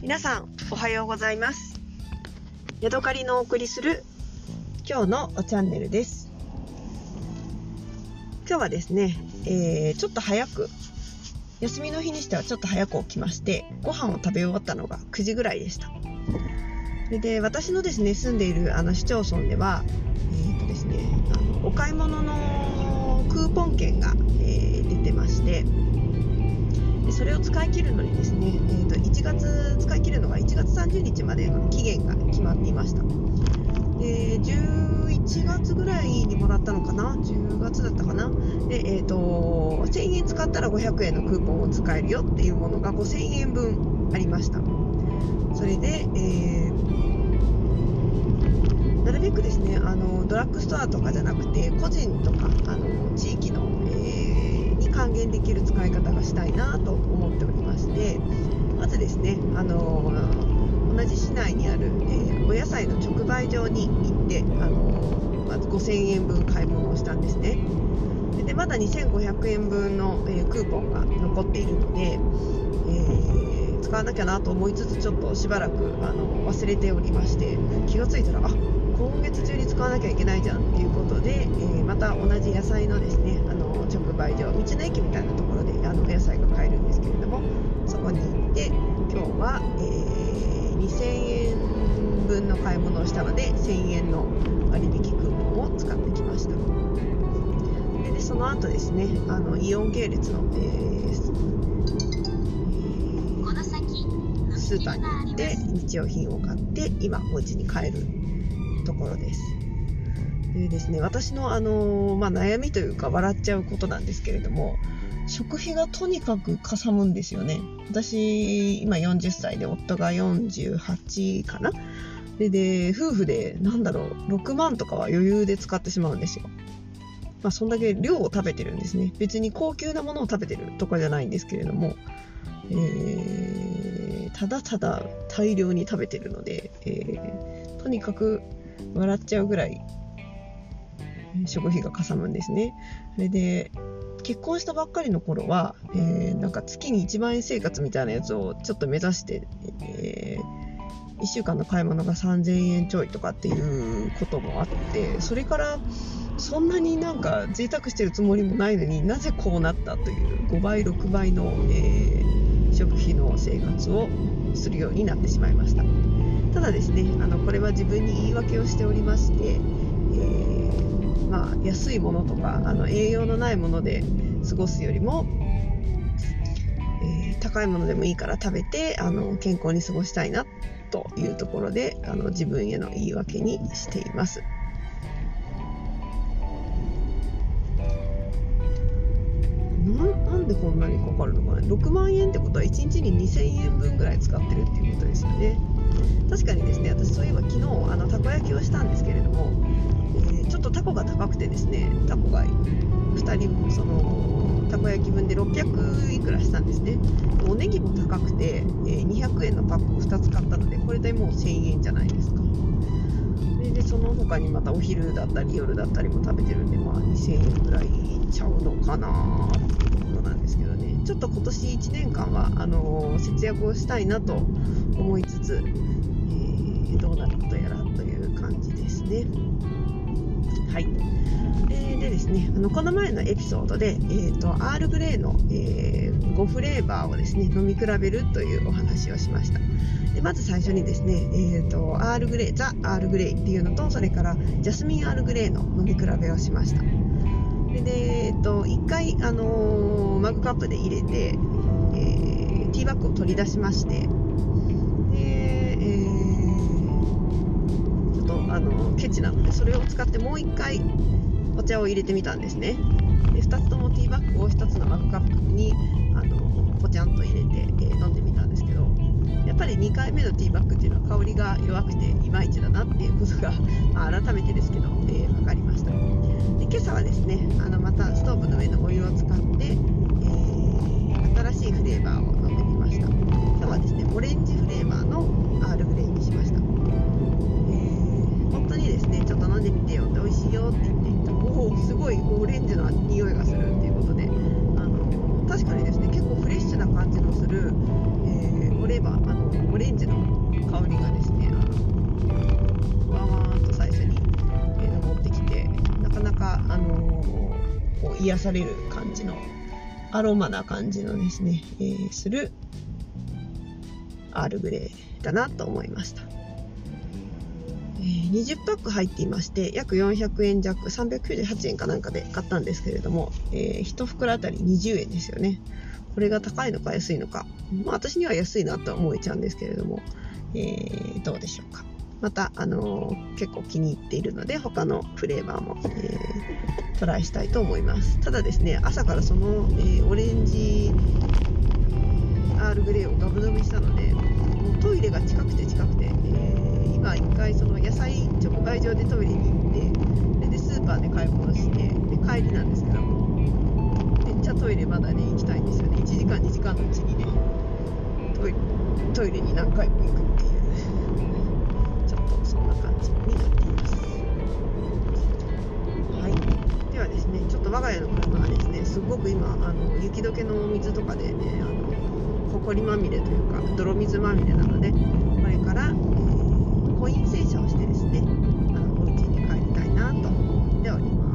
皆さんおはようございます。ヤドカリのお送りする今日のチャンネルです。今日はですね、ちょっと早く、休みの日にしてはちょっと早く起きまして、ご飯を食べ終わったのが9時ぐらいでした。で、私のですね、住んでいる市町村では、ですね、お買い物のクーポン券が、出てまして、でそれを使い切るのにですね、使い切るのが1月30日までの期限が決まっていました。で、11月ぐらいにもらったのかな、10月だったかな。で、1000円使ったら500円のクーポンを使えるよっていうものが5000円分ありました。それで、なるべくですね、ドラッグストアとかじゃなくて、個人とか地域の、に還元できる使い方がしたいなと思っておりまして、まずですね、同じ市内にある、お野菜の直売所に行って、まず5000円分買い物をしたんですね。でまだ2500円分の、クーポンが残っているので、使わなきゃなと思いつつ、ちょっとしばらく忘れておりまして、気がついたら今月中に使わなきゃいけないじゃんっていうことで、また同じ野菜のですね、直売所、道の駅みたいなところでお野菜が買えるんですけれども、そこに行って今日は、2000円分の買い物をしたので1000円の割引クーポンを使ってきました。でその後ですね、イオン系列の、スーパーに行って日用品を買って今お家に帰るところです。でですね、私の、悩みというか笑っちゃうことなんですけれども、食費がとにかくかさむんですよね。私今40歳で夫が48かな。で夫婦で6万とかは余裕で使ってしまうんですよ。そんだけ量を食べてるんですね。別に高級なものを食べてるとかじゃないんですけれども、ただただ大量に食べてるので、とにかく笑っちゃうぐらい食費がかさむんですね。それで結婚したばっかりの頃は、月に1万円生活みたいなやつをちょっと目指して、1週間の買い物が3000円ちょいとかっていうこともあって、それからそんなに贅沢してるつもりもないのになぜこうなったという5倍6倍の、食費の生活をするようになってしまいました。ただですね、これは自分に言い訳をしておりまして、安いものとか栄養のないもので過ごすよりも、高いものでもいいから食べて健康に過ごしたいなというところで自分への言い訳にしています。なんでこんなにかかるのかな。6万円ってことは1日に2000円分ぐらい使ってるっていうことですよね。確かにですね、私そういえば昨日たこ焼きをしたんですけれども、ちょっとタコが高くてですね、タコが2人たこ焼き分で600いくらしたんですね。おネギも高くて、200円のパックを2つ買ったので、これでもう1000円じゃないですか。でその他にまたお昼だったり夜だったりも食べてるんで、2000円ぐらいいっちゃうのかなっていうところなんですけどね。ちょっと今年1年間は節約をしたいなと思いつつ、どうなることやらという感じですね。はい。でですね、この前のエピソードで、アールグレイの、5フレーバーをですね飲み比べるというお話をしました。でまず最初にですね、アールグレイ、ザ・アールグレイっていうのと、それからジャスミンアールグレイの飲み比べをしました。で1回、マグカップで入れて、ティーバッグを取り出しまして、で、ちょっとケチなのでそれを使ってもう1回お茶を入れてみたんですね。で2つともティーバッグを1つのマグカップにポチャンと入れて、飲んでみたんですけど、やっぱり2回目のティーバッグっていうのは香りが弱くていまいちだなっていうことが、改めてですけど、分かりました。で今朝はですね、またストーブの上のお湯を使って、新しいフレーバーを飲んでみました。今日はですね、オレンジフレーバーのアールグレイにしました。本当にですね、ちょっと飲んでみてよって、美味しいよって言っていた。すごいオレンジの匂いがするっていうことで、確かにですね、結構フレッシュな感じのする、オレンジ癒される感じのアロマな感じのですね、するアールグレイだなと思いました。20パック入っていまして、約400円弱、398円かなんかで買ったんですけれども、1袋あたり20円ですよね。これが高いのか安いのか、私には安いなと思えちゃうんですけれども、どうでしょうか。また、結構気に入っているので、他のフレーバーも、トライしたいと思います。ただですね、朝からその、オレンジアールグレイをガブ飲みしたので、もうトイレが近くて、今一回その野菜直売所でトイレに行って、でスーパーで買い物して、で帰りなんですけども、めっちゃトイレまだね行きたいんですよね。1時間2時間のうちにね、トイレに何回も行くっていう、ちょっとそんな感じになっています。はい、ではですね、ちょっと我が家の車がですね、すごく今雪解けの水とかでね、埃まみれというか泥水まみれなので、これから、コイン洗車をしてですね、お家に帰りたいなと思っております。